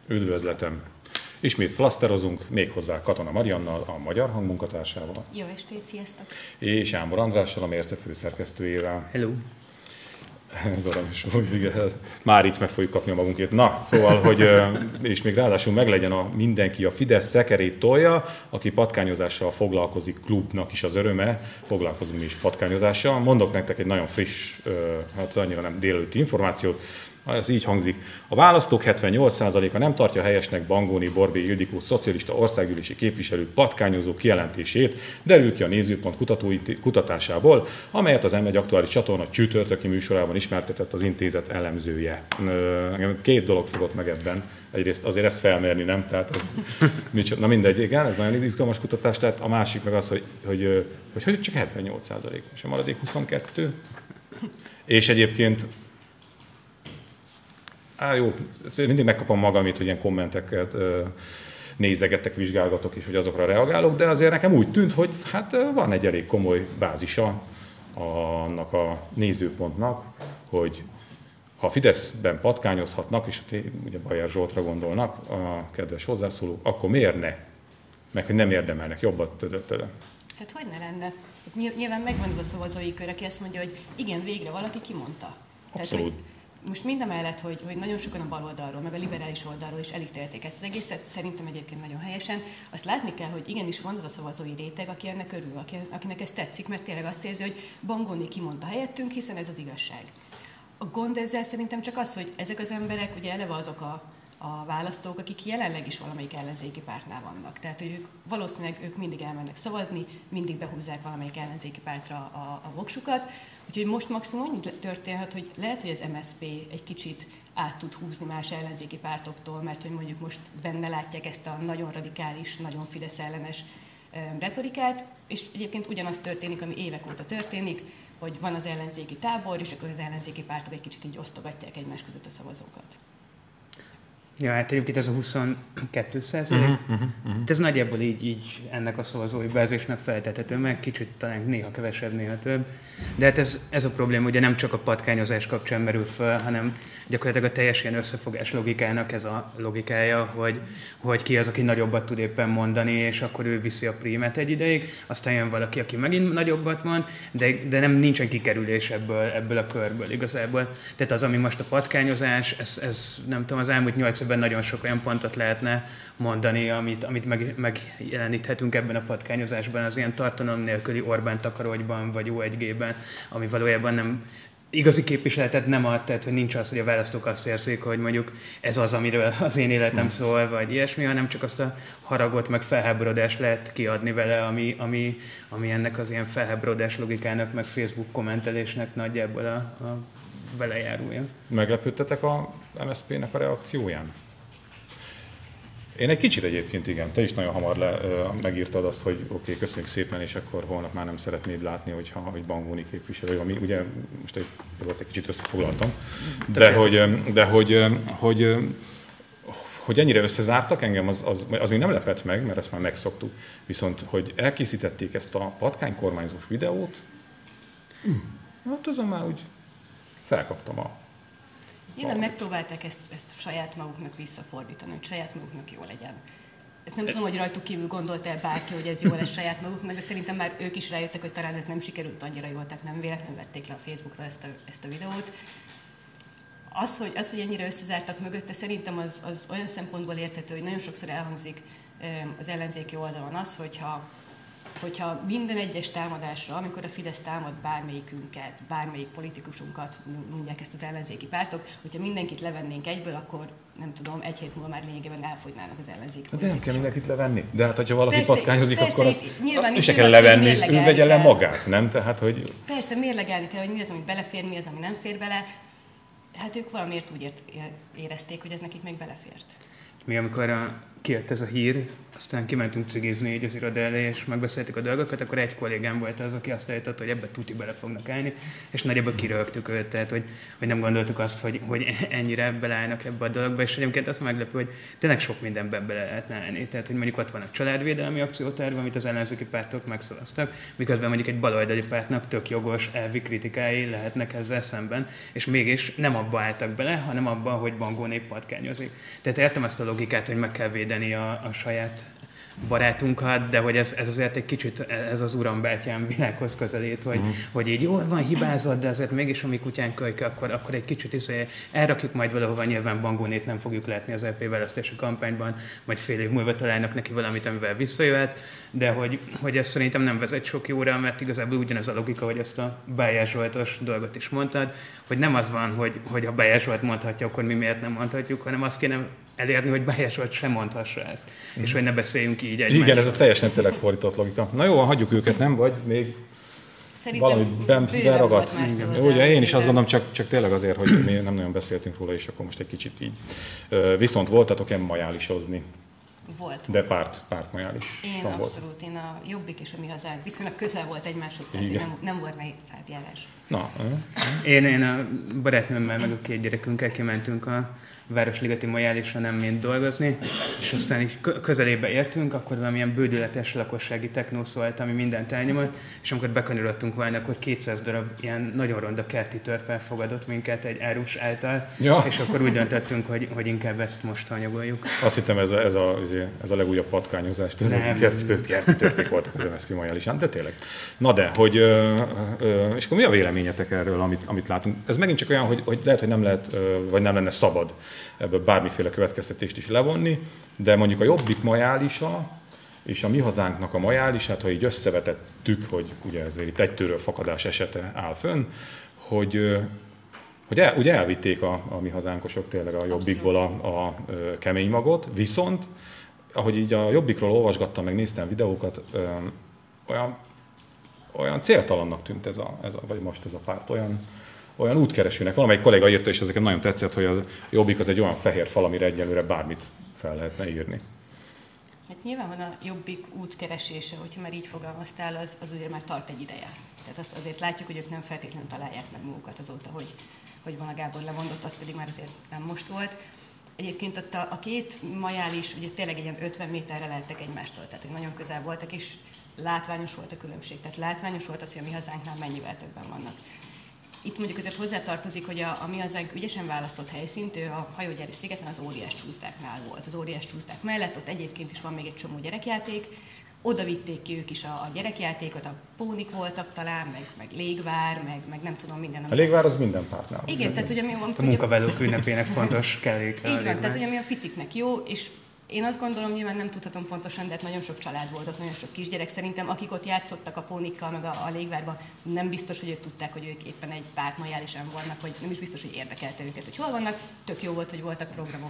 Üdvözletem! Ismét flaszterozunk, méghozzá Katona Mariannal, a Magyar Hang munkatársával. Jó estét, sziasztok! És Ámor Andrással, a Mérce főszerkesztőjével. Hello! Ez aranyos, hogy már itt meg fogjuk kapni a magunkét. Na, szóval, hogy és még ráadásul meglegyen mindenki a Fidesz szekerét tolja, aki patkányozással foglalkozik, klubnak is az öröme, foglalkozunk mi is patkányozással. Mondok nektek egy nagyon friss, hát annyira nem délelőtti információt. Ez így hangzik. A választók 78%-a nem tartja helyesnek Bangóni Borbély Ildikó szocialista országgyűlési képviselő patkányozó kijelentését, derül ki a Nézőpont kutatásából, amelyet az M1 aktuális csatorna csütörtöki műsorában ismertetett az intézet elemzője. Két dolog fogott meg ebben. Egyrészt azért ezt felmérni, nem? Tehát ez, na mindegy, igen, ez nagyon izgalmas kutatás lett. A másik meg az, hogy csak 78%, és a maradék 22%. És egyébként jó, mindig megkapom magamit, hogy ilyen kommenteket nézegetek, vizsgálgatok és hogy azokra reagálok, de azért nekem úgy tűnt, hogy hát van egy elég komoly bázisa annak a nézőpontnak, hogy ha Fideszben patkányozhatnak, és ugye Bajer Zsoltra gondolnak a kedves hozzászólók, akkor miért ne? Meg hogy nem érdemelnek jobbat tödöttöle. Hát hogy ne lenne? Nyilván megvan az a szavazói kör, aki azt mondja, hogy igen, végre valaki kimondta. Abszolút. Tehát, most mindamellett, hogy nagyon sokan a baloldalról, meg a liberális oldalról is elítélték ezt az egészet, szerintem egyébként nagyon helyesen, azt látni kell, hogy igenis van az a szavazói réteg, aki ennek örül, akinek ez tetszik, mert tényleg azt érzi, hogy Bangóni kimondta helyettünk, hiszen ez az igazság. A gond ezzel szerintem csak az, hogy ezek az emberek ugye eleve azok a választók, akik jelenleg is valamelyik ellenzéki pártnál vannak. Tehát, hogy valószínűleg ők mindig elmennek szavazni, mindig behúzzák valamelyik ellenzéki pártra a voksukat. Úgyhogy most maximum annyi történhet, hogy lehet, hogy az MSZP egy kicsit át tud húzni más ellenzéki pártoktól, mert hogy mondjuk most benne látják ezt a nagyon radikális, nagyon Fidesz ellenes retorikát, és egyébként ugyanaz történik, ami évek óta történik, hogy van az ellenzéki tábor, és akkor az ellenzéki pártok egy kicsit így osztogatják egymás között a szavazókat. Ja, hát egyébként ez a 22%, ez nagyjából így ennek a szavazói bázisnak feltethető meg, kicsit talán néha kevesebb, néha több. De hát ez a probléma ugye nem csak a patkányozás kapcsán merül fel, hanem gyakorlatilag a teljes ilyen összefogás logikának ez a logikája, hogy ki az, aki nagyobbat tud éppen mondani, és akkor ő viszi a prímet egy ideig, aztán jön valaki, aki megint nagyobbat mond, de nincsen kikerülés ebből a körből igazából. Tehát az, ami most a patkányozás, ez nem tudom, az elmúlt 8 évben nagyon sok olyan pontot lehetne mondani, amit megjeleníthetünk ebben a patkányozásban, az ilyen tartalom nélküli Orbán takarógyban, vagy O1G-ben, ami valójában nem igazi képviseletet nem ad, tehát hogy nincs az, hogy a választók azt érzik, hogy mondjuk ez az, amiről az én életem szól, vagy ilyesmi, hanem csak azt a haragot, meg felháborodást lehet kiadni vele, ami ennek az ilyen felháborodás logikának, meg Facebook kommentelésnek nagyjából a velejárója. Meglepődtetek a MSZP-nek a reakcióján? Én egy kicsit egyébként igen. Te is nagyon hamar megírtad azt, hogy oké, köszönjük szépen, és akkor holnap már nem szeretnéd látni, hogy Bangóni képviselő, ami ugye most egy kicsit összefoglaltam, hogy ennyire összezártak engem, az még nem lepett meg, mert ezt már megszoktuk. Viszont, hogy elkészítették ezt a patkánykormányzós videót, hát azon már úgy felkaptam a... Nyilván megpróbálták ezt saját maguknak visszafordítani, hogy saját maguknak jó legyen. Ezt nem tudom, hogy rajtuk kívül gondolta-e bárki, hogy ez jó lesz saját maguknak, de szerintem már ők is rájöttek, hogy talán ez nem sikerült annyira jól, tehát nem véletlenül vették le a Facebookra ezt a videót. Az, hogy ennyire összezártak mögötte, szerintem az olyan szempontból érthető, hogy nagyon sokszor elhangzik az ellenzéki oldalon az, hogyha minden egyes támadásra, amikor a Fidesz támad bármelyikünket, bármelyik politikusunkat, mondják ezt az ellenzéki pártok, hogyha mindenkit levennénk egyből, akkor nem tudom, egy hét múlva már lényegében elfogynának az ellenzéki politikusok. De nem kell mindenkit levenni. De hát, hogyha valaki patkányozik, persze, akkor azt ő se kell levenni, ő vegye le magát, nem? Tehát, hogy... Persze, mérlegelni kell, hogy mi az, ami belefér, mi az, ami nem fér bele. Hát ők valamiért úgy érezték, hogy ez nekik még belefért. Mi amikor kijött ez a hír, aztán kimentünk cigizni így az iroda elé, és megbeszéltük a dolgokat, akkor egy kollégám volt az, aki azt állította, hogy ebbe tuti bele fognak állni, és nagyjából kirögtük őt, tehát hogy nem gondoltuk azt, hogy ennyire beleállnak ebbe a dologba, és egyébként azt meglepő, hogy tényleg sok mindenben bele lehetne állni. Tehát, hogy mondjuk ott van a családvédelmi akcióterv, amit az ellenzéki pártok megszavaztak, miközben mondjuk egy baloldali pártnak tök jogos elvi kritikái lehetnek ezzel szemben, és mégis nem abba álltak bele, hanem abba, hogy Bangó nép patkányozik. Tehát értem azt a logikát, hogy meg kell védeni a saját barátunkat, de hogy ez azért egy kicsit ez az urambátyám világhoz közelít, hogy így jól van, hibázott, de azért mégis a mi kutyánk kölyke, akkor egy kicsit elrakjuk majd valahova, nyilván Bangónét nem fogjuk látni az EP választási kampányban, majd fél év múlva találnak neki valamit, amivel visszajöhet, de hogy ez szerintem nem vezet sok jóra, mert igazából ugyanaz a logika, hogy ezt a Bájás Zsoltos dolgot is mondtad, hogy nem az van, hogy a Bájás Zsolt mondhatja, akkor mi miért nem mondhatjuk, hanem azt kéne elérni, hogy Bájás Zsolt sem mondhassa ezt, és hogy ne beszéljünk így egymásról. Igen, ez a teljesen tényleg fordított logika. Na jó, hagyjuk őket, nem? Vagy még valami beragadt? Ugye, én is azt gondolom, csak tényleg azért, hogy mi nem nagyon beszéltünk róla, és akkor most egy kicsit így. Viszont voltatok-e majálisozni? Volt. De pártmajális. Én abszolút, én a Jobbik és a Mi Hazánk viszonylag közel volt egymáshoz, tehát nem volt nehéz átjárás. Na. Én a barátnőmmel meg a 2 gyerekünkkel kimentünk a Városligeti majálisra nem mint dolgozni, és aztán így közelébe értünk, akkor valamilyen bődületes lakossági technó szólt, ami mindent elnyomott, és amikor bekanyarodtunk volna, akkor 200 darab ilyen nagyon ronda kerti törpe fogadott minket egy árus által, és akkor úgy döntöttünk, hogy inkább ezt most hanyagoljuk. Azt hittem ez a legújabb patkányozás, kerti törpék voltak az MSZP majálisán, de tényleg. Na de, és akkor mi a véleményetek erről, amit látunk? Ez megint csak olyan, hogy lehet, hogy nem lehet, vagy nem lenne szabad ebből bármiféle következtetést is levonni, de mondjuk a Jobbik majálisa és a Mi Hazánknak a majálisát, ha így összevetettük, hogy ugye ezért itt egytőről fakadás esete áll fönn, hogy ugye elvitték a Mi Hazánkosok tényleg a Jobbikból a kemény magot, viszont ahogy így a Jobbikról olvasgattam, meg néztem videókat, olyan céltalannak tűnt vagy most ez a párt, olyan útkeresőnek. Valamelyik kolléga írta, és ezeket nagyon tetszett, hogy a Jobbik az egy olyan fehér fal, amire egyelőre bármit fel lehetne írni. Hát nyilván van a Jobbik útkeresése, hogyha már így fogalmaztál, az azért már tart egy ideje. Tehát azt azért látjuk, hogy ők nem feltétlenül találják meg magukat azóta, hogy van a Gábor lemondott, az pedig már azért nem most volt. Egyébként ott a 2 majális ugye tényleg egy ilyen 50 méterre lehettek egymástól, tehát hogy nagyon közel voltak, és látványos volt a különbség. Tehát látványos volt az, hogy a Mi Hazánknál mennyivel többen vannak. Itt mondjuk azért hozzátartozik, hogy a Mi Hazánk ügyesen választott helyszínt, ő a Hajógyári szigeten az Óriás Csúszdáknál volt. Az Óriás Csúszdák mellett ott egyébként is van még egy csomó gyerekjáték, oda vitték ki ők is a gyerekjátékot, a pónik voltak talán, meg légvár, meg nem tudom minden. A légvár az minden pártnál. Igen, tehát hogy a munkavállalók ünnepének fontos kellék. Így van, tehát hogy ami a piciknek jó, és én azt gondolom, nyilván nem tudhatom pontosan, de hát nagyon sok család volt ott, nagyon sok kisgyerek szerintem, akik ott játszottak a pónikkal, meg a légvárban, nem biztos, hogy ők tudták, hogy ők éppen egy pártmajálisan vannak, vagy nem is biztos, hogy érdekelte őket, hogy hol vannak, tök jó volt, hogy voltak programok.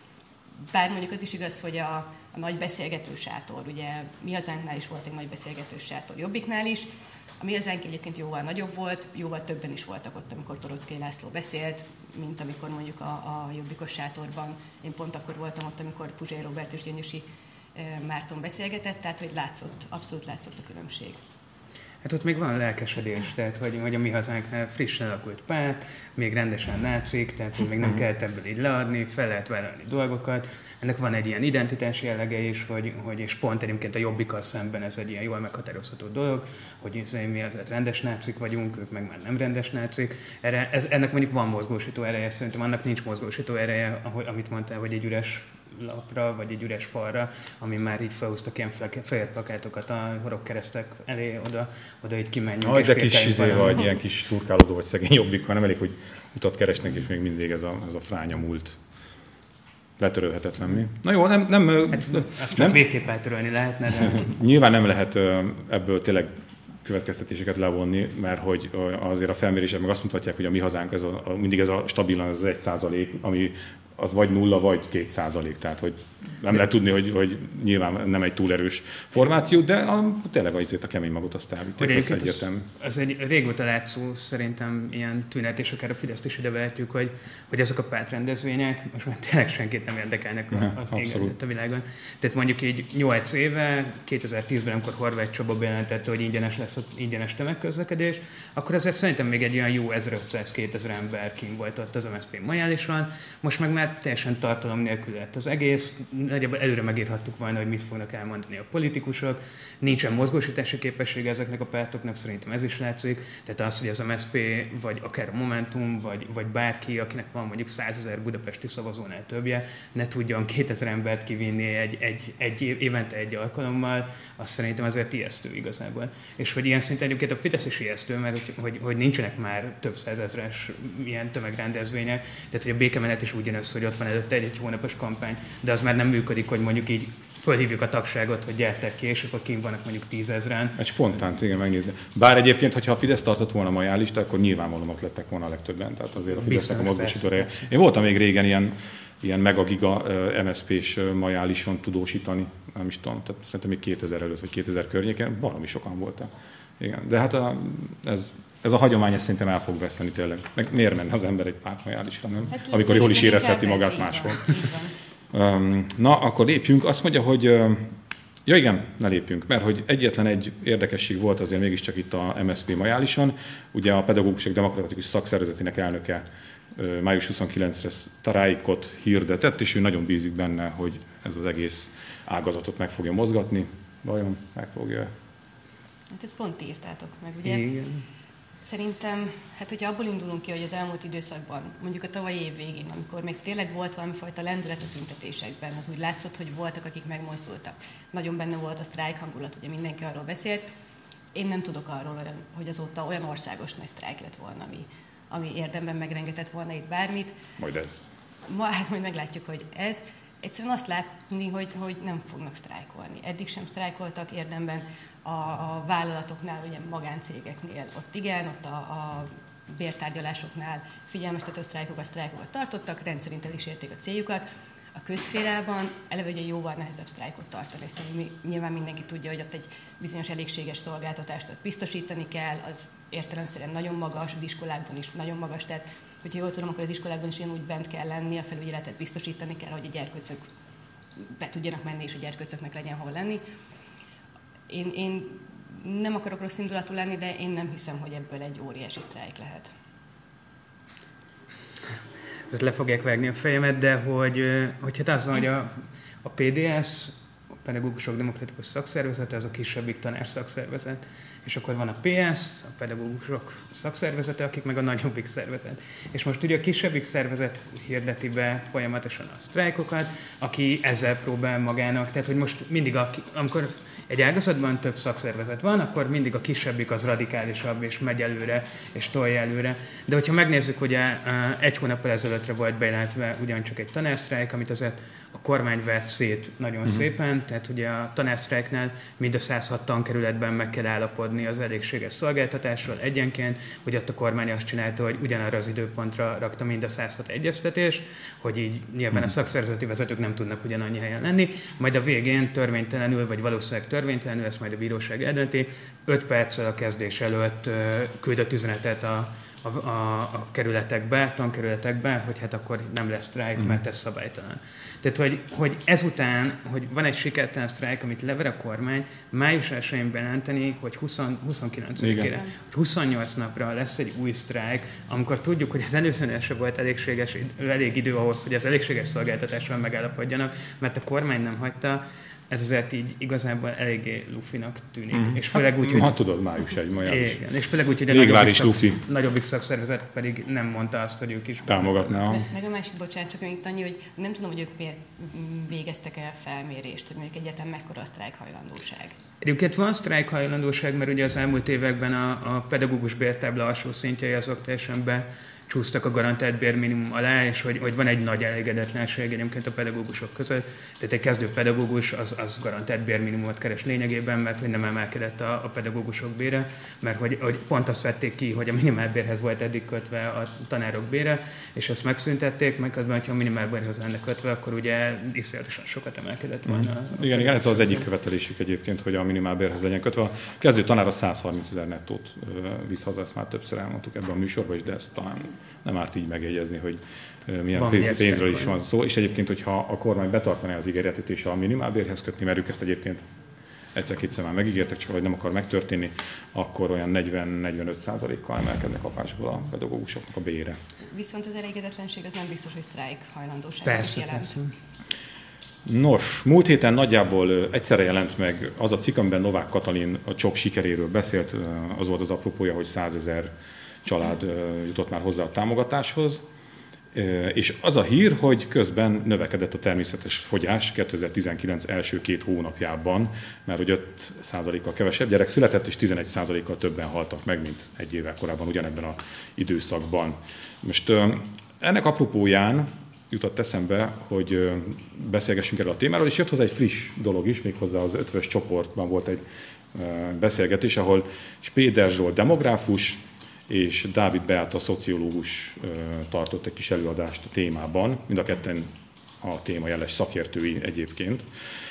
Bár mondjuk az is igaz, hogy a nagy beszélgető sátor, ugye Mi Hazánknál is volt egy nagy beszélgető sátor, Jobbiknál is, a Mi Hazánk egyébként jóval nagyobb volt, jóval többen is voltak ott, amikor Toroczkai László beszélt, mint amikor mondjuk a Jobbikos sátorban. Én pont akkor voltam ott, amikor Puzsér Róbert és Gyöngyösi Márton beszélgetett, tehát hogy abszolút látszott a különbség. Hát ott még van lelkesedés, tehát hogy a Mi Hazánknál frissen alakult párt, még rendesen nácik, tehát hogy még nem kellett ebből így leadni, fel lehet vállalni dolgokat. Ennek van egy ilyen identitási jellege is, és pont egyébként a Jobbikkal szemben ez egy ilyen jól meghatározható dolog, hogy mi azért rendes nácik vagyunk, ők meg már nem rendes nácik. Ennek mondjuk van mozgósító ereje, szerintem annak nincs mozgósító ereje, amit mondtál, hogy egy üres lapra, vagy egy üres falra, ami már így felhúztak ilyen fehér plakátokat a horogkeresztek elé, oda így kimenjünk. De kis vagy ilyen kis szurkálódó vagy szegény Jobbik, hanem elég, hogy utat keresnek, és még mindig ez a fránya múlt. Letörölhetetlen mi? Na jó, nem azt csak végképp eltörölni lehetne, de... Nyilván nem lehet ebből tényleg következtetéseket levonni, mert hogy azért a felmérések meg azt mutatják, hogy a Mi Hazánk mindig ez a stabilan az 1%, ami az vagy 0, vagy 2%, tehát hogy nem lehet tudni, hogy nyilván nem egy túl erős formáció, de tényleg azért a kemény magot azt elvitték, ez egyértelmű. Ez egy régóta látszó szerintem ilyen tünet, és akár a Fideszt is ide vehetjük, hogy ezek a pártrendezvények most már tényleg senkit nem érdekelnek az égen a világon. Tehát mondjuk így 8 éve, 2010-ben, amikor Horváth Csaba bejelentette, hogy ingyenes lesz az ingyenes tömegközlekedés, akkor azért szerintem még egy olyan jó 1500-2000 ember kint volt ott az MSZP majálison, most meg már teljesen tartalom nélkül lett az egész, nagyjából előre megírhattuk volna, hogy mit fognak elmondani a politikusok, nincsen mozgósítási képessége ezeknek a pártoknak, szerintem ez is látszik, tehát az, hogy az MSZP, vagy akár a Momentum, vagy bárki, akinek van mondjuk 100 000 budapesti szavazónál többje, ne tudjon 2000 embert kivinni évente egy alkalommal, azt szerintem azért ijesztő igazából. És hogy ilyen szinten egyébként a Fidesz is ijesztő, mert hogy nincsenek már több százezres ilyen tömegrendezvények, tehát hogy a békemenet is úgy jön össze, hogy ott van előtte egy hónapos kampány, de az már nem működik, hogy mondjuk így fölhívjuk a tagságot, hogy gyertek ki, és akkor kint vannak mondjuk 10 000-en. Egy spontánt, igen, megnézni. Bár egyébként, hogyha a Fidesz tartott volna majálista, akkor nyilvánvalóan ott lettek volna a legtöbben. Tehát azért a Fidesznek a mozgósítója. Én voltam még régen ilyen megagiga MSZP-s majálison tudósítani, nem is tudom, tehát szerintem még 2000 előtt, vagy 2000 környéken, baromi sokan voltak. Igen. De hát ez a hagyomány szerintem el fog veszteni tényleg. Meg miért menne az ember egy pártmajálisra, nem? Hát, amikor jól is érezheti magát máshol. Na, akkor lépjünk. Azt mondja, hogy ja igen, ne lépjünk, mert hogy egyetlen egy érdekesség volt azért mégiscsak itt a MSZP majálison. Ugye a Pedagógusok Demokratikus Szakszervezetének elnöke május 29-re sztrájkot hirdetett, és ő nagyon bízik benne, hogy ez az egész ágazatot meg fogja mozgatni. Vajon meg fogja? Hát ezt pont írtátok meg, ugye? Igen. Szerintem, hát hogyha abból indulunk ki, hogy az elmúlt időszakban, mondjuk a tavalyi év végén, amikor még tényleg volt valamifajta lendület a tüntetésekben, az úgy látszott, hogy voltak, akik megmozdultak. Nagyon benne volt a sztrájk hangulat, ugye mindenki arról beszélt. Én nem tudok arról, hogy azóta olyan országos nagy sztrájk lett volna, ami érdemben megrengetett volna itt bármit. Majd ez. Hát majd meglátjuk, hogy ez. Egyszerűen azt látni, hogy nem fognak sztrájkolni. Eddig sem sztrájkoltak érdemben. A vállalatoknál, ugye magáncégeknél ott igen, ott a bértárgyalásoknál figyelmeztető sztrájkokat tartottak, rendszerint el is érték a céljukat. A közszférában eleve ugye jóval nehezebb sztrájkot tartani, ezt nyilván mindenki tudja, hogy ott egy bizonyos elégséges szolgáltatást azt biztosítani kell, az értelemszerűen nagyon magas, az iskolákban is nagyon magas, tehát hogyha jól tudom, akkor az iskolákban is úgy bent kell lenni, a felügyeletet biztosítani kell, hogy a gyerkőcök be tudjanak menni, és a gyerkőcöknek legyen hol lenni. Én nem akarok rossz indulatú lenni, de én nem hiszem, hogy ebből egy óriási sztrájk lehet. Tehát le fogják vágni a fejemet, de hogy hát az van, hogy a PDS, a Pedagógusok Demokratikus Szakszervezete, az a kisebbik tanárszakszervezet, és akkor van a PS, a Pedagógusok Szakszervezete, akik meg a nagyobbik szervezet. És most ugye a kisebbik szervezet hirdeti be folyamatosan a sztrájkokat, aki ezzel próbál magának, tehát hogy most mindig, amikor egy ágazatban több szakszervezet van, akkor mindig a kisebbik az radikálisabb, és megy előre, és tolja előre. De hogyha megnézzük, ugye egy hónappal ezelőttre volt bejelentve ugyancsak egy tanársztrájk, amit azért a kormány vett szét nagyon szépen, tehát ugye a tanársztrájknál mind a 106 tankerületben meg kell állapodni az elégséges szolgáltatásról egyenként, hogy ott a kormány azt csinálta, hogy ugyanarra az időpontra rakta mind a 106 egyeztetést, hogy így nyilván a szakszervezeti vezetők nem tudnak ugyanannyi helyen lenni, majd a végén törvénytelenül, vagy valószínűleg törvénytelenül, ezt majd a bíróság eldönti, 5 perccel a kezdés előtt küldött üzenetet a kerületekbe, tankerületekbe, hogy hát akkor nem lesz sztrájk, mert ez szabálytalan. Tehát, hogy ezután, hogy van egy sikertelen sztrájk, amit lever a kormány, május 1-én bejelenteni, hogy 29-ére, hogy 28 napra lesz egy új sztrájk, amikor tudjuk, hogy az először sem volt elég idő ahhoz, hogy az elégséges szolgáltatással megállapodjanak, mert a kormány nem hagyta, ez azért így igazából eléggé lufinak tűnik. És főleg úgy, hogy... tudod, május 1 majálus. Igen, és főleg úgy, hogy a nagyobbik szakszervezet pedig nem mondta azt, hogy ők is támogatná. Meg a másik, bocsánat, csak még annyi, hogy nem tudom, hogy ők miért végeztek el felmérést, hogy mondjuk egyáltalán mekkora a sztrájkhajlandóság. Egyébként van sztrájkhajlandóság, mert ugye az elmúlt években a pedagógus bértábla alsó szintjei azok teljesen csúsztak a garantált bérminimum alá, és hogy van egy nagy elégedetlenség egyébként a pedagógusok között. Tehát egy kezdő pedagógus az garantált bérminimumot keres lényegében, mert hogy nem emelkedett a pedagógusok bére, mert hogy pont azt vették ki, hogy a minimálbérhez volt eddig kötve a tanárok bére, és ezt megszüntették, meg közben, hogyha a minimálbérhez lenne kötve, akkor ugye iszonyatosan sokat emelkedett volna. Igen, ez az egyik követelésük egyébként, hogy a minimálbérhez legyen kötve. A kezdő tanár a 130 000 nettót visz haza, ezt már többször elmondtuk ebben a műsorban is, de ezt talán nem árt így megjegyezni, hogy milyen pénzről is van szó. És egyébként, hogyha a kormány betartaná az ígéretét és a minimálbérhez kötni, mert ők ezt egyébként egyszer-kétszer már megígértek, csak hogy nem akar megtörténni, akkor olyan 40-45%-kal emelkednek kapásból a pedagógusoknak a bére. Viszont az elégedetlenség az nem biztos, hogy sztrájk hajlandóságot is jelent. Persze. Nos, múlt héten nagyjából egyszerre jelent meg az a cikk, amiben Novák Katalin a csok sikeréről beszélt, az volt az apropója, hogy 100 000 család jutott már hozzá a támogatáshoz, és az a hír, hogy közben növekedett a természetes fogyás 2019 első 2 hónapjában, mert hogy 5%-kal kevesebb gyerek született, és 11%-kal többen haltak meg, mint egy évvel korábban ugyanebben az időszakban. Most ennek apropóján jutott eszembe, hogy beszélgessünk erről a témáról, és jött hozzá egy friss dolog is, méghozzá az Ötvös csoportban volt egy beszélgetés, ahol Spéder Zsolt demográfus és Dávid Beáta szociológus tartott egy kis előadást a témában, mind a ketten a téma jeles szakértői egyébként,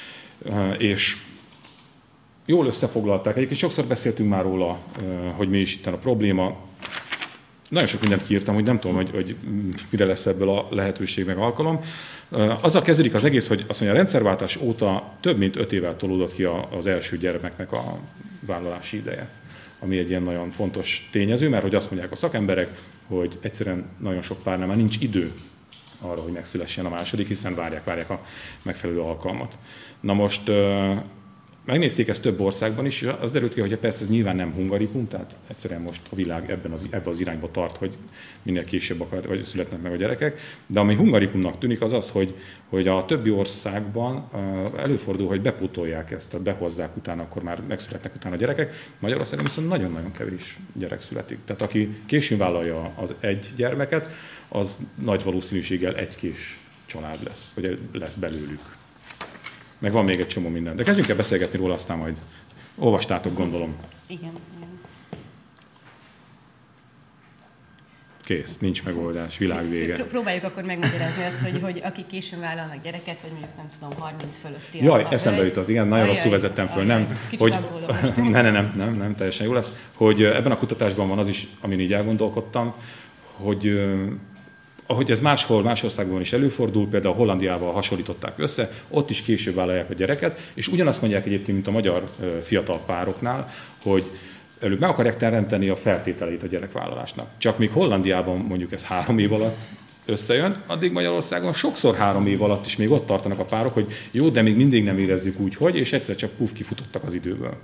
és jól összefoglalták. Egyébként sokszor beszéltünk már róla, hogy mi is itt a probléma. Nagyon sok mindent kiírtam, hogy nem tudom, hogy mire lesz ebből a lehetőség meg alkalom. Azzal kezdődik az egész, hogy azt mondja, a rendszerváltás óta több mint 5 évvel tolódott ki az első gyermeknek a vállalási ideje, ami egy ilyen nagyon fontos tényező, mert hogy azt mondják a szakemberek, hogy egyszerűen nagyon sok párnál már nincs idő arra, hogy megszülessen a második, hiszen várják a megfelelő alkalmat. Na most megnézték ezt több országban is, és az derült ki, hogy persze ez nyilván nem hungarikum, tehát egyszerűen most a világ ebben az irányba tart, hogy minél később vagy születnek meg a gyerekek. De ami hungarikumnak tűnik, az az, hogy a többi országban előfordul, hogy bepótolják ezt, tehát behozzák utána, akkor már megszületnek utána a gyerekek. Magyarországon viszont nagyon-nagyon kevés gyerek születik. Tehát aki későn vállalja az egy gyermeket, az nagy valószínűséggel egy kés család lesz, vagy lesz belőlük. Meg van még egy csomó minden. De kezdjünk el beszélgetni róla, aztán majd olvastátok, gondolom. Igen. Kész, nincs megoldás, világvége. Próbáljuk akkor megmagyarázni azt, hogy akik későn vállalnak gyereket, vagy mondjuk nem tudom, 30 fölötti. Jaj, eszembe jutott, igen, nagyon rosszul vezettem föl, nem. Kicsit aggódom most. Nem, teljesen jó lesz. Hogy ebben a kutatásban van az is, amin így elgondolkodtam, hogy ahogy ez más országban is előfordul, például Hollandiával hasonlították össze, ott is később vállalják a gyereket, és ugyanazt mondják egyébként, mint a magyar fiatal pároknál, hogy előbb meg akarják teremteni a feltételeit a gyerekvállalásnak. Csak még Hollandiában mondjuk ez 3 év alatt összejön, addig Magyarországon sokszor 3 év alatt is még ott tartanak a párok, hogy jó, de még mindig nem érezzük úgy, hogy, és egyszer csak kifutottak az időből.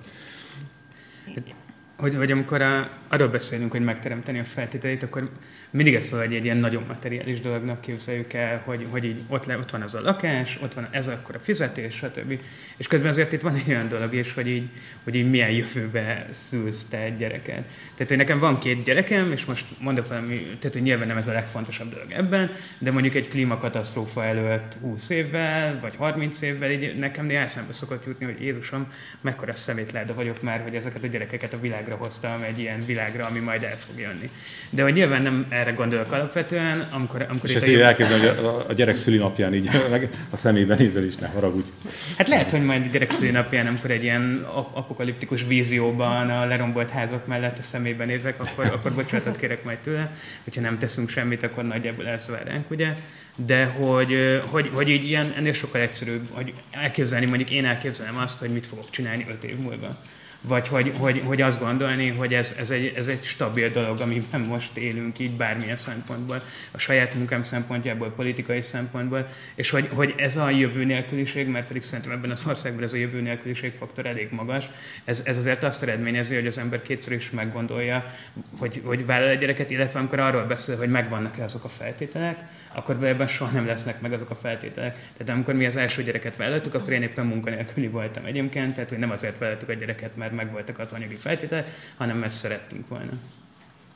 Hogy amikor arról beszélünk, hogy megteremteni a feltételeit, akkor mindig ez hogy egy ilyen nagyon materiális dolognak képzeljük el, hogy így ott van az a lakás, ott van ez akkor a fizetés, stb. És közben azért itt van egy olyan dolog is, hogy így milyen jövőbe szülsz te egy gyereket. Tehát, hogy nekem van 2 gyerekem, és most mondok valami, tehát, hogy nyilván nem ez a legfontosabb dolog ebben, de mondjuk egy klímakatasztrófa előtt 20 évvel, vagy 30 évvel, így nekem néha eszembe szokott jutni, hogy Jézusom, mekkora szemétláda vagyok már, hogy ezeket a gyerekeket a világra hoztam, egy ilyen világra, ami majd el fog jönni. De hogy nyilván nem erre gondolok alapvetően, amikor és ezt így elképzelni, hogy a gyerek szülinapján így meg a szemébe nézel is, ne haragudj. Hát lehet, hogy majd a gyerek szülinapján, amikor egy ilyen apokaliptikus vízióban a lerombolt házak mellett a szemébe nézek, akkor bocsánatot kérek majd tőle, hogyha nem teszünk semmit, akkor nagyjából elszvár ránk, ugye? De hogy így ilyen, ennél sokkal egyszerűbb, hogy elképzelni, mondjuk én elképzelem azt, hogy mit fogok csinálni 5 év múlva. Vagy hogy azt gondolni, hogy ez egy stabil dolog, amiben most élünk így bármilyen szempontból, a saját munkám szempontjából, politikai szempontból, és hogy ez a jövő nélküliség, mert pedig szerintem ebben az országban ez a jövő nélküliség faktor elég magas, ez azért azt eredményezi, hogy az ember kétszer is meggondolja, hogy vállal egy gyereket, illetve amikor arról beszél, hogy megvannak-e azok a feltételek, akkor valójában soha nem lesznek meg azok a feltételek. Tehát amikor mi az első gyereket vállaltuk, akkor én éppen munkanélküli voltam egyébként, tehát hogy nem azért vállaltuk a gyereket, mert megvoltak az anyagi feltételek, hanem mert szerettünk volna.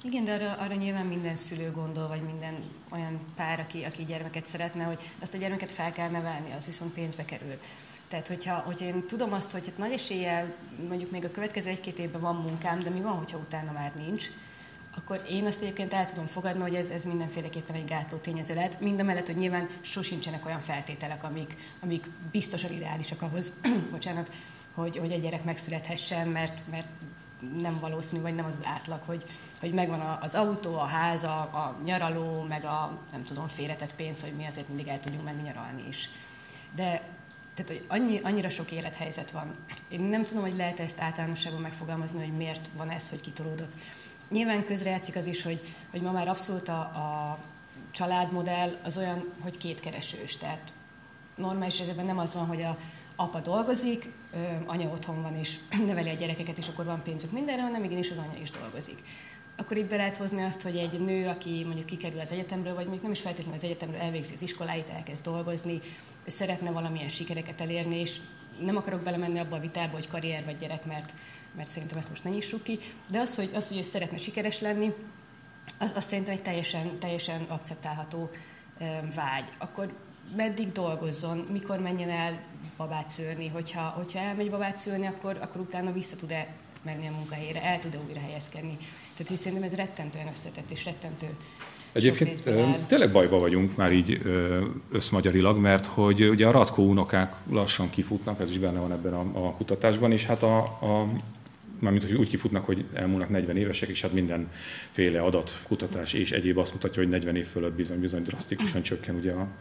Igen, de arra nyilván minden szülő gondol, vagy minden olyan pár, aki gyermeket szeretne, hogy azt a gyermeket fel kell nevelni, az viszont pénzbe kerül. Tehát, hogyha én tudom azt, hogy hát nagy eséllyel mondjuk még a következő 1-2 évben van munkám, de mi van, hogyha utána már nincs, akkor én azt egyébként el tudom fogadni, hogy ez mindenféleképpen egy gátló tényező lehet. Mindamellett, hogy nyilván sosincsenek olyan feltételek, amik biztosan ideálisak ahhoz, bocsánat, hogy egy gyerek megszülethessen, mert nem valószínű, vagy nem az átlag, hogy megvan az autó, a ház, a nyaraló, meg a nem tudom, félretett pénz, hogy mi azért mindig el tudjunk menni nyaralni is. De tehát, hogy annyira sok élethelyzet van. Én nem tudom, hogy lehet ezt általánosságban megfogalmazni, hogy miért van ez, hogy kitolódott. Nyilván közrejátszik az is, hogy ma már abszolút a családmodell az olyan, hogy kétkeresős. Tehát normális esetben nem az van, hogy a apa dolgozik, anya otthon van és neveli a gyerekeket, és akkor van pénzük mindenre, hanem igenis az anya is dolgozik. Akkor itt be lehet hozni azt, hogy egy nő, aki mondjuk kikerül az egyetemről, vagy még nem is feltétlenül az egyetemről, elvégzi az iskoláit, elkezd dolgozni, szeretne valamilyen sikereket elérni, és nem akarok belemenni abba a vitába, hogy karrier vagy gyerek, mert szerintem ezt most ne nyissuk ki, de az, hogy ő szeretne sikeres lenni, az szerintem egy teljesen akceptálható vágy. Akkor meddig dolgozzon, mikor menjen el babát szülni, hogyha elmegy babát szülni, akkor utána vissza tud-e menni a munkahelyére, el tud-e újra helyezkedni. Tehát hogy szerintem ez rettentően összetett és rettentő. Egyébként tényleg bajba vagyunk már így összmagyarilag, mert hogy ugye a Ratkó unokák lassan kifutnak, ez is benne van ebben a kutatásban, és hát mármint, hogy úgy kifutnak, hogy elmúlnak 40 évesek, és hát mindenféle adatkutatás és egyéb azt mutatja, hogy 40 év fölött bizony drasztikusan csökken ugye a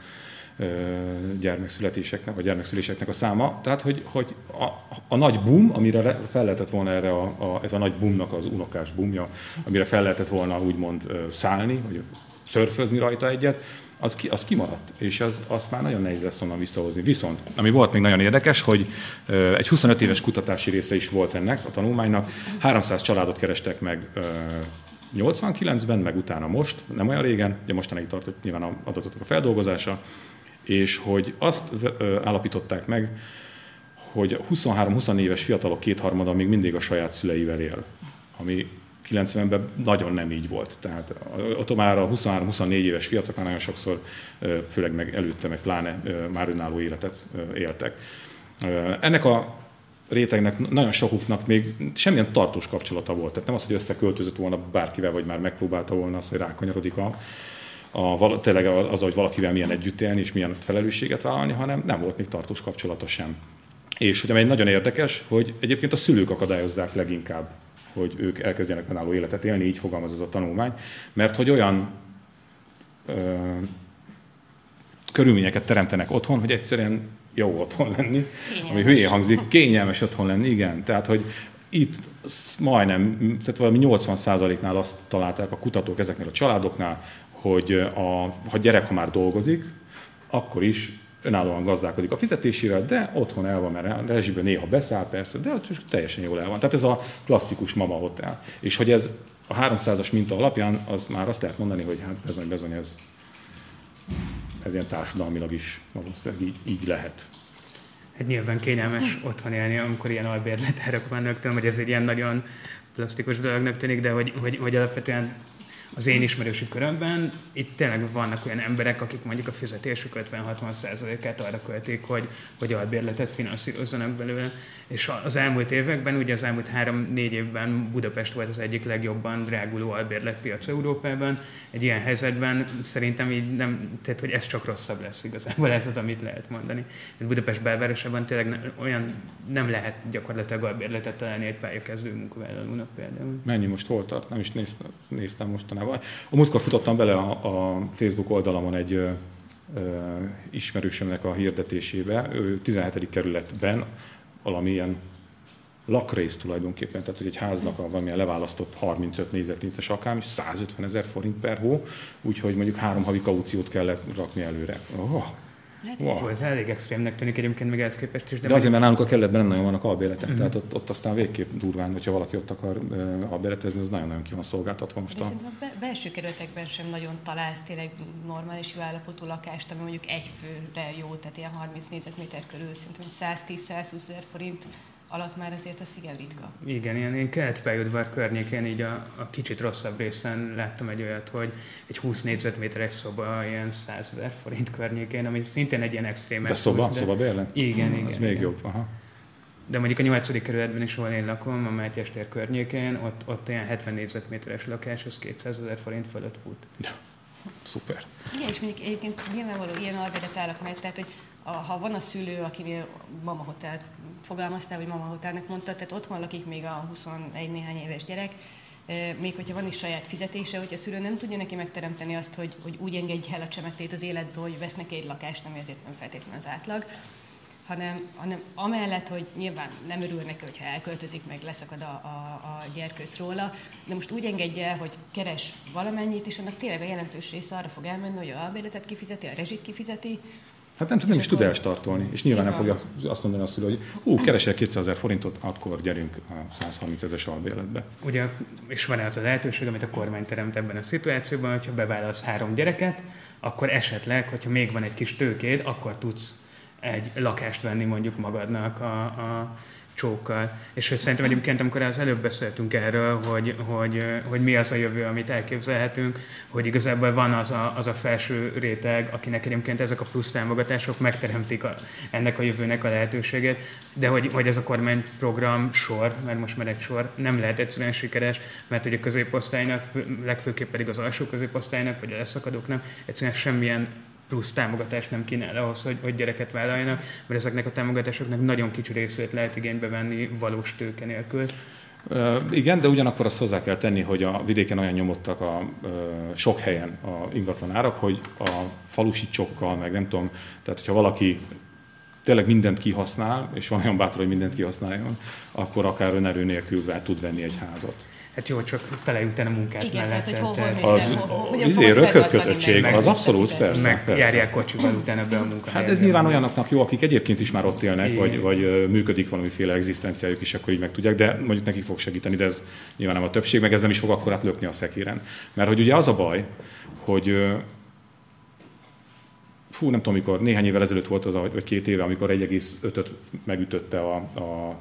gyermekszületéseknek, vagy gyermekszüléseknek a száma. Tehát, hogy a nagy boom, amire fel lehetett volna ez a nagy boomnak az unokás boomja, amire fel lehetett volna úgymond szállni, vagy szörfözni rajta egyet, az kimaradt, és azt már nagyon nehéz lesz onnan visszahozni. Viszont, ami volt még nagyon érdekes, hogy egy 25 éves kutatási része is volt ennek a tanulmánynak, 300 családot kerestek meg 89-ben, meg utána most, nem olyan régen, ugye mostanáig tartott nyilván az adatoknak a feldolgozása, és hogy azt állapították meg, hogy 23-24 éves fiatalok kétharmada még mindig a saját szüleivel él, ami 90-ben nagyon nem így volt. Tehát ott már a 23-24 éves fiatalok már nagyon sokszor, főleg meg előtte, meg pláne már önálló életet éltek. Ennek a rétegnek, nagyon sokuknak még semmilyen tartós kapcsolata volt. Tehát nem az, hogy összeköltözött volna bárkivel, vagy már megpróbálta volna azt, hogy rákanyarodik tényleg az, hogy valakivel milyen együtt élni, és milyen felelősséget vállalni, hanem nem volt még tartós kapcsolata sem. És ugye egy nagyon érdekes, hogy egyébként a szülők akadályozzák leginkább, hogy ők elkezdjenek önálló életet élni, így fogalmaz ez a tanulmány, mert hogy olyan körülményeket teremtenek otthon, hogy egyszerűen jó otthon lenni, ami hülyén hangzik, kényelmes otthon lenni, igen. Tehát, hogy itt majdnem, tehát valami 80%-nál azt találták a kutatók ezeknél a családoknál, hogy ha gyerek, ha már dolgozik, akkor is önállóan gazdálkodik a fizetésével, de otthon el van, mert a rezsiben néha beszáll persze, de ott teljesen jól el van. Tehát ez a klasszikus mama hotel. És hogy ez a 300-as minta alapján, az már azt lehet mondani, hogy hát bizony ez ilyen társadalmilag is valószínűleg így lehet. Hát nyilván kényelmes otthon élni, amikor ilyen albérletárak vannak, tudom, hogy ez egy ilyen nagyon plastikus dolognak tűnik, de hogy alapvetően az én ismerősi körömben itt tényleg vannak olyan emberek, akik mondjuk a fizetésük 50-60%-át arra költik, hogy albérletet finanszírozzanak belőle. És az elmúlt években, ugye az elmúlt 3-4 évben Budapest volt az egyik legjobban dráguló albérletpiac Európában. Egy ilyen helyzetben szerintem így nem, tehát hogy ez csak rosszabb lesz igazából, ez az, amit lehet mondani. Budapest belvárosában tényleg nem lehet gyakorlatilag albérletet találni egy pályakezdő munkavállalónak például. Mennyi most hol tart? Nem is néztem mostanában. A múltkor futottam bele a Facebook oldalamon egy ismerősömnek a hirdetésébe. Ő 17. kerületben valamilyen lakrész tulajdonképpen, tehát hogy egy háznak a valamilyen leválasztott 35 négyzetméteres akár, és 150 000 forint per hó, úgyhogy mondjuk 3 havi kauciót kellett rakni előre. Szóval ez elég extrémnek tűnik egyébként még ehhez képest is. De azért, mert nálunk a kerületben nem nagyon vannak albérletek, tehát ott aztán végképp durván, hogyha valaki ott akar albérletezni, az nagyon-nagyon ki van szolgáltatva most. De szerintem a belső kerületekben sem nagyon találsz tényleg normális jó állapotú lakást, ami mondjuk egy főre jó, tehát ilyen 30 négyzetméter körül, szerintem 110-120 000 forint alatt már azért az igen ritka. Igen, én Kelet-pályaudvar környékén így a kicsit rosszabb részen láttam egy olyat, hogy egy 20 négyzetméteres szoba ilyen 100 000 forint környékén, ami szintén egy ilyen extrém. De szoba bérlen? Igen. Az még jobb. Aha. De mondjuk a 8. kerületben is, ahol én lakom, a Mátyás tér környékén, ott ilyen 70 négyzetméteres lakás, az 200 000 forint fölött fut. Ja, szuper. Igen, és mondjuk egyébként nyilvánvaló ilyen albérlet állak meg, tehát hogy ha van a szülő, akinél mama hotelt fogalmaztál, vagy mama hotelnek mondtad, tehát otthon lakik még a 21 néhány éves gyerek, még hogyha van is saját fizetése, hogyha a szülő nem tudja neki megteremteni azt, hogy úgy engedje el a csemetét az életbe, hogy vesz neki egy lakást, ami azért nem feltétlenül az átlag, hanem amellett, hogy nyilván nem örül neki, hogyha elköltözik, meg leszakad a gyerkőc róla, de most úgy engedje el, hogy keres valamennyit, és annak tényleg a jelentős része arra fog elmenni, hogy a albérletet kifizeti, a rezsit kifizeti. Hát nem is tud elstartolni, és nyilván nem fogja azt mondani azt, hogy keresel 200 000 forintot, akkor gyerünk a 130 000-es albérletbe. Ugye, és van az a lehetőség, amit a kormány teremt ebben a szituációban, hogyha bevállalsz 3 gyereket, akkor esetleg, hogyha még van egy kis tőkéd, akkor tudsz egy lakást venni mondjuk magadnak a csókkal. És szerintem egyébként, amikor az előbb beszéltünk erről, hogy mi az a jövő, amit elképzelhetünk, hogy igazából van az a felső réteg, akinek egyébként ezek a plusz támogatások megteremtik ennek a jövőnek a lehetőségét, de hogy ez a kormányprogram sor, mert most már egy sor, nem lehet egyszerűen sikeres, mert hogy a középosztálynak, legfőképp pedig az alsó középosztálynak, vagy a leszakadóknak egyszerűen semmilyen plusz támogatást nem kínál ahhoz, hogy gyereket vállaljanak, mert ezeknek a támogatásoknak nagyon kicsi részét lehet igénybe venni valós tőke nélkül. Igen, de ugyanakkor azt hozzá kell tenni, hogy a vidéken olyan nyomottak sok helyen a ingatlan árak, hogy a falusi csokkal, meg nem tudom, tehát hogyha valaki tényleg mindent kihasznál, és van olyan bátor, hogy mindent kihasználjon, akkor akár önerő nélkül tud venni egy házat. Hát jó, csak találj utána munkát igen, mellett. Tehát, hogy rökötkötöttség, az abszolút, persze. Járják kocsival utána be a munkahelyre. Hát ez nyilván olyanoknak jó, akik egyébként is már ott élnek, vagy működik valamiféle egzisztenciájuk is, akkor így meg tudják, de mondjuk nekik fog segíteni, de ez nyilván nem a többség, meg ez nem is fog akkor lökni a szekéren. Mert hogy ugye az a baj, hogy nem tudom, mikor, néhány évvel ezelőtt volt az, vagy 2 éve, amikor 1,5-öt megütötte a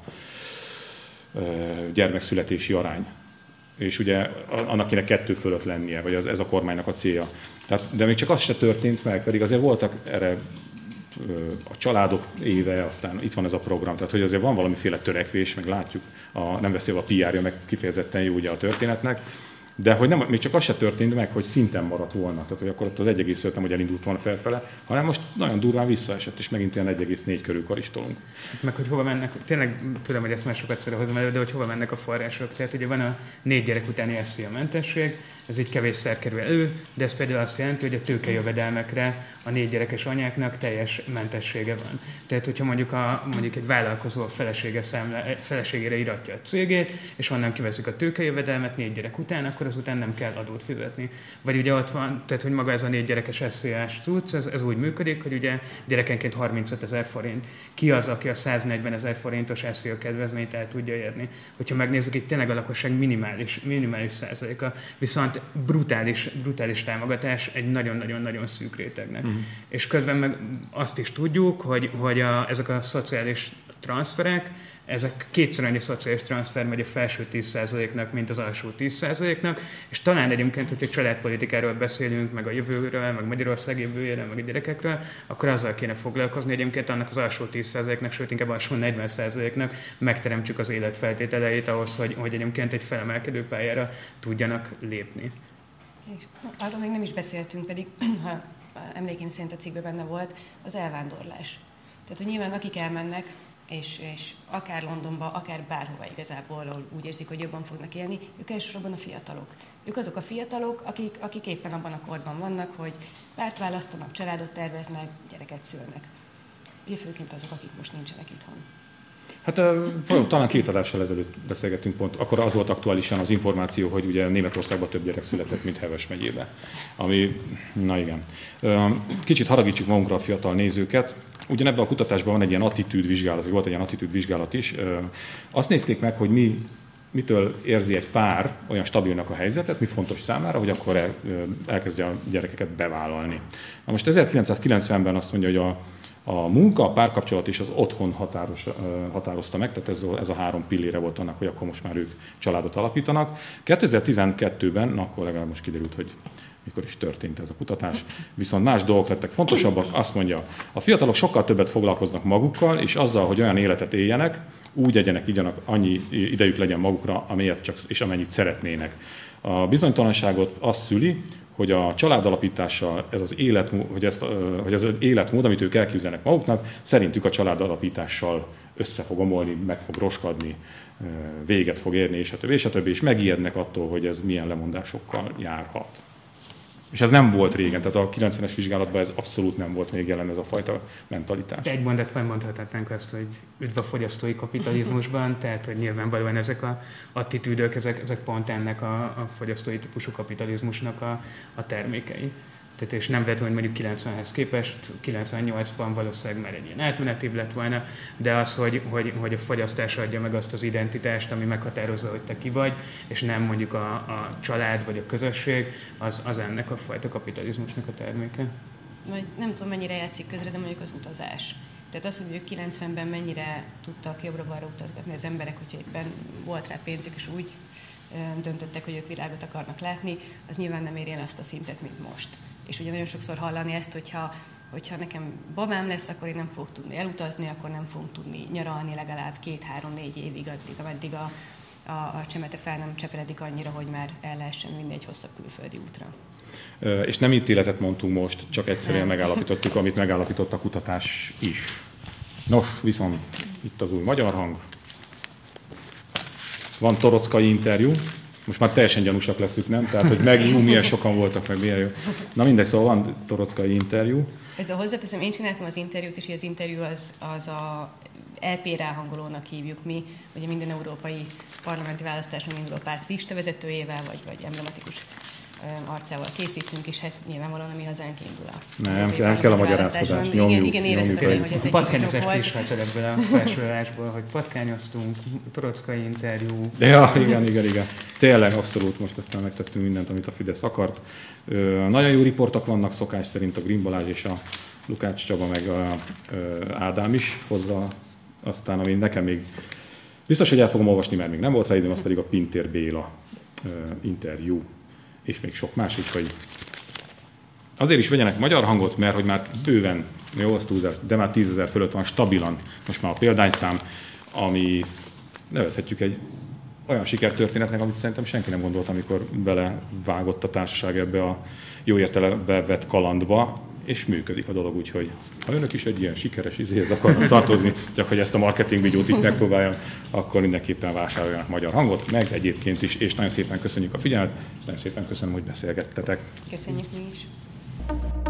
gyermekszületési arány. És ugye annak kéne 2 fölött lennie, vagy ez a kormánynak a célja. De még csak az se történt meg, pedig azért voltak erre a családok éve, aztán itt van ez a program, tehát hogy azért van valamiféle törekvés, meg látjuk, nem beszélve a PR-ja, meg kifejezetten jó ugye a történetnek, de hogy még csak az se történt meg, hogy szinten maradt volna, tehát hogy akkor ott az 1,5 nem, hogy elindult volna felfele, hanem most nagyon durván visszaesett, és megint ilyen 1,4 körül karistolunk. Meg hogy hova mennek, tényleg tudom, hogy ezt már sokat hozom elő, de hogy hova mennek a források. Tehát ugye van a 4 gyerek utáni SZIA-mentesség, ez így kevésszer kerül elő, de ez például azt jelenti, hogy a tőkejövedelmekre a 4 gyerekes anyáknak teljes mentessége van. Tehát, hogyha mondjuk egy vállalkozó a feleségére iratja a cégét, és onnan kiveszik a tőkejövedelmet 4 gyerek után, akkor azután nem kell adót fizetni. Vagy ugye ott van, tehát hogy maga ez a 4 gyerekes SZIA-s tudsz, ez úgy működik, hogy ugye gyerekenként 35 000 forint. Ki az, aki a 140 000 forintos SZIA kedvezményt el tudja érni? Hogyha megnézzük, itt tényleg a lakosság minimális százaléka, viszont brutális támogatás egy nagyon-nagyon-nagyon szűk rétegnek. És közben meg azt is tudjuk, hogy ezek a szociális transferek, ezek 2-szer annyi szociális transfer megy a felső 10%-nak, mint az alsó 10%-nak, és talán egyébként, hogyha családpolitikáról beszélünk, meg a jövőről, meg Magyarország jövőjéről, meg a gyerekekről, akkor azzal kéne foglalkozni egyébként annak az alsó 10%-nak, sőt inkább alsó 40%-nak megteremtsük az életfeltételeit ahhoz, hogy egyébként egy felemelkedő pályára tudjanak lépni. És arról még nem is beszéltünk, pedig ha emlékeim szerint a cikkben benne volt, az elvándorlás. Tehát, hogy nyilván akik elmennek, és akár Londonba, akár bárhova igazából úgy érzik, hogy jobban fognak élni, ők elsősorban a fiatalok. Ők azok a fiatalok, akik éppen abban a korban vannak, hogy párt választanak, családot terveznek, gyereket szülnek. Ugye főként azok, akik most nincsenek itthon. Hát talán 2 adással ezelőtt beszélgettünk pont, akkor az volt aktuálisan az információ, hogy ugye Németországban több gyerek született, mint Heves megyében. Ami, na igen. Kicsit haragítsuk magunkra a fiatal nézőket. Ugyanebben a kutatásban van egy ilyen attitűdvizsgálat, vagy volt egy ilyen attitűdvizsgálat is. Azt nézték meg, hogy mitől érzi egy pár olyan stabilnak a helyzetet, mi fontos számára, hogy akkor elkezdje a gyerekeket bevállalni. Na most 1990-ben azt mondja, hogy A munka, a párkapcsolat és az otthon határozta meg, tehát ez a 3 pillére volt annak, hogy akkor most már ők családot alapítanak. 2012-ben, akkor legalább most kiderült, hogy mikor is történt ez a kutatás, viszont más dolgok lettek fontosabbak. Azt mondja, a fiatalok sokkal többet foglalkoznak magukkal, és azzal, hogy olyan életet éljenek, úgy egyenek, igyanak, annyi idejük legyen magukra, amilyet csak és amennyit szeretnének. A bizonytalanságot azt szüli, hogy a családalapítással ez az életmód, amit ők elképzelnek maguknak, szerintük a családalapítással össze fog omolni, meg fog roskadni, véget fog érni, és a többi, és megijednek attól, hogy ez milyen lemondásokkal járhat. És ez nem volt régen, tehát a 90-es vizsgálatban ez abszolút nem volt még jelen ez a fajta mentalitás. De egy mondatban mondhatnánk azt, hogy üdv a fogyasztói kapitalizmusban, tehát hogy nyilvánvalóan ezek az attitűdök, ezek pont ennek a fogyasztói típusú kapitalizmusnak a termékei. Tehát és nem véletlenül, hogy mondjuk 90-hez képest, 98-ban valószínűleg már egy ilyen átmenetibb lett volna, de az, hogy a fogyasztás adja meg azt az identitást, ami meghatározza, hogy te ki vagy, és nem mondjuk a család vagy a közösség, az ennek a fajta kapitalizmusnak a terméke. Vagy nem tudom, mennyire játszik közre, de mondjuk az utazás. Tehát az, hogy ők 90-ben mennyire tudtak jobbra-balra utazgatni az emberek, hogyha éppen volt rá pénzük, és úgy döntöttek, hogy ők világot akarnak látni, az nyilván nem éri el azt a szintet, mint most. És ugye nagyon sokszor hallani ezt, hogyha nekem babám lesz, akkor én nem fogok tudni elutazni, akkor nem fogok tudni nyaralni legalább 2-3-4 évig, ameddig a csemete fel nem cseperedik annyira, hogy már el lehessen vinni egy hosszabb külföldi útra. És nem ítéletet mondtunk most, csak egyszerűen megállapítottuk, amit megállapított a kutatás is. Nos, viszont itt az új magyar hang. Van torockai interjú. Most már teljesen gyanúsak leszünk, nem? Tehát, hogy milyen sokan voltak, meg milyen jó. Na mindegy, szóval van torockai interjú. Ezzel hozzáteszem, én csináltam az interjút, és az interjú az a LP ráhangolónak hívjuk mi, ugye minden európai parlamenti választáson induló párt listavezetőjével, vagy emblematikus arcával készítünk, és hát nyilvánvalóan a mi hazánk indul Nem kell a magyarázkodás, nyomjuk. Igen, éreztem én, hogy ez egy patkányozást is hát ebből a felsorolásból, hogy patkányoztunk, torockai interjú. Ja, igen. Tényleg abszolút most aztán megtettünk mindent, amit a Fidesz akart. Nagyon jó riportok vannak szokás szerint, a Grimm Balázs és a Lukács Csaba, meg a Ádám is hozzá, aztán ami nekem még biztos, hogy el fogom olvasni, mert még nem volt rá időm, az pedig a Pintér Béla interjú. És még sok más, úgyhogy azért is vegyenek magyar hangot, mert hogy már bőven, jó, az túlzás, de már 10 000 fölött van stabilan most már a példányszám, ami nevezhetjük egy olyan sikertörténetnek, amit szerintem senki nem gondolt, amikor belevágott a társaság ebbe a jó értelembe vett kalandba, és működik a dolog, úgyhogy ha önök is egy ilyen sikeres izéhez akarnak tartozni, csak hogy ezt a marketing videót itt megpróbáljam, akkor mindenképpen vásároljanak magyar hangot, meg egyébként is, és nagyon szépen köszönjük a figyelmet, és nagyon szépen köszönöm, hogy beszélgettetek. Köszönjük mi is.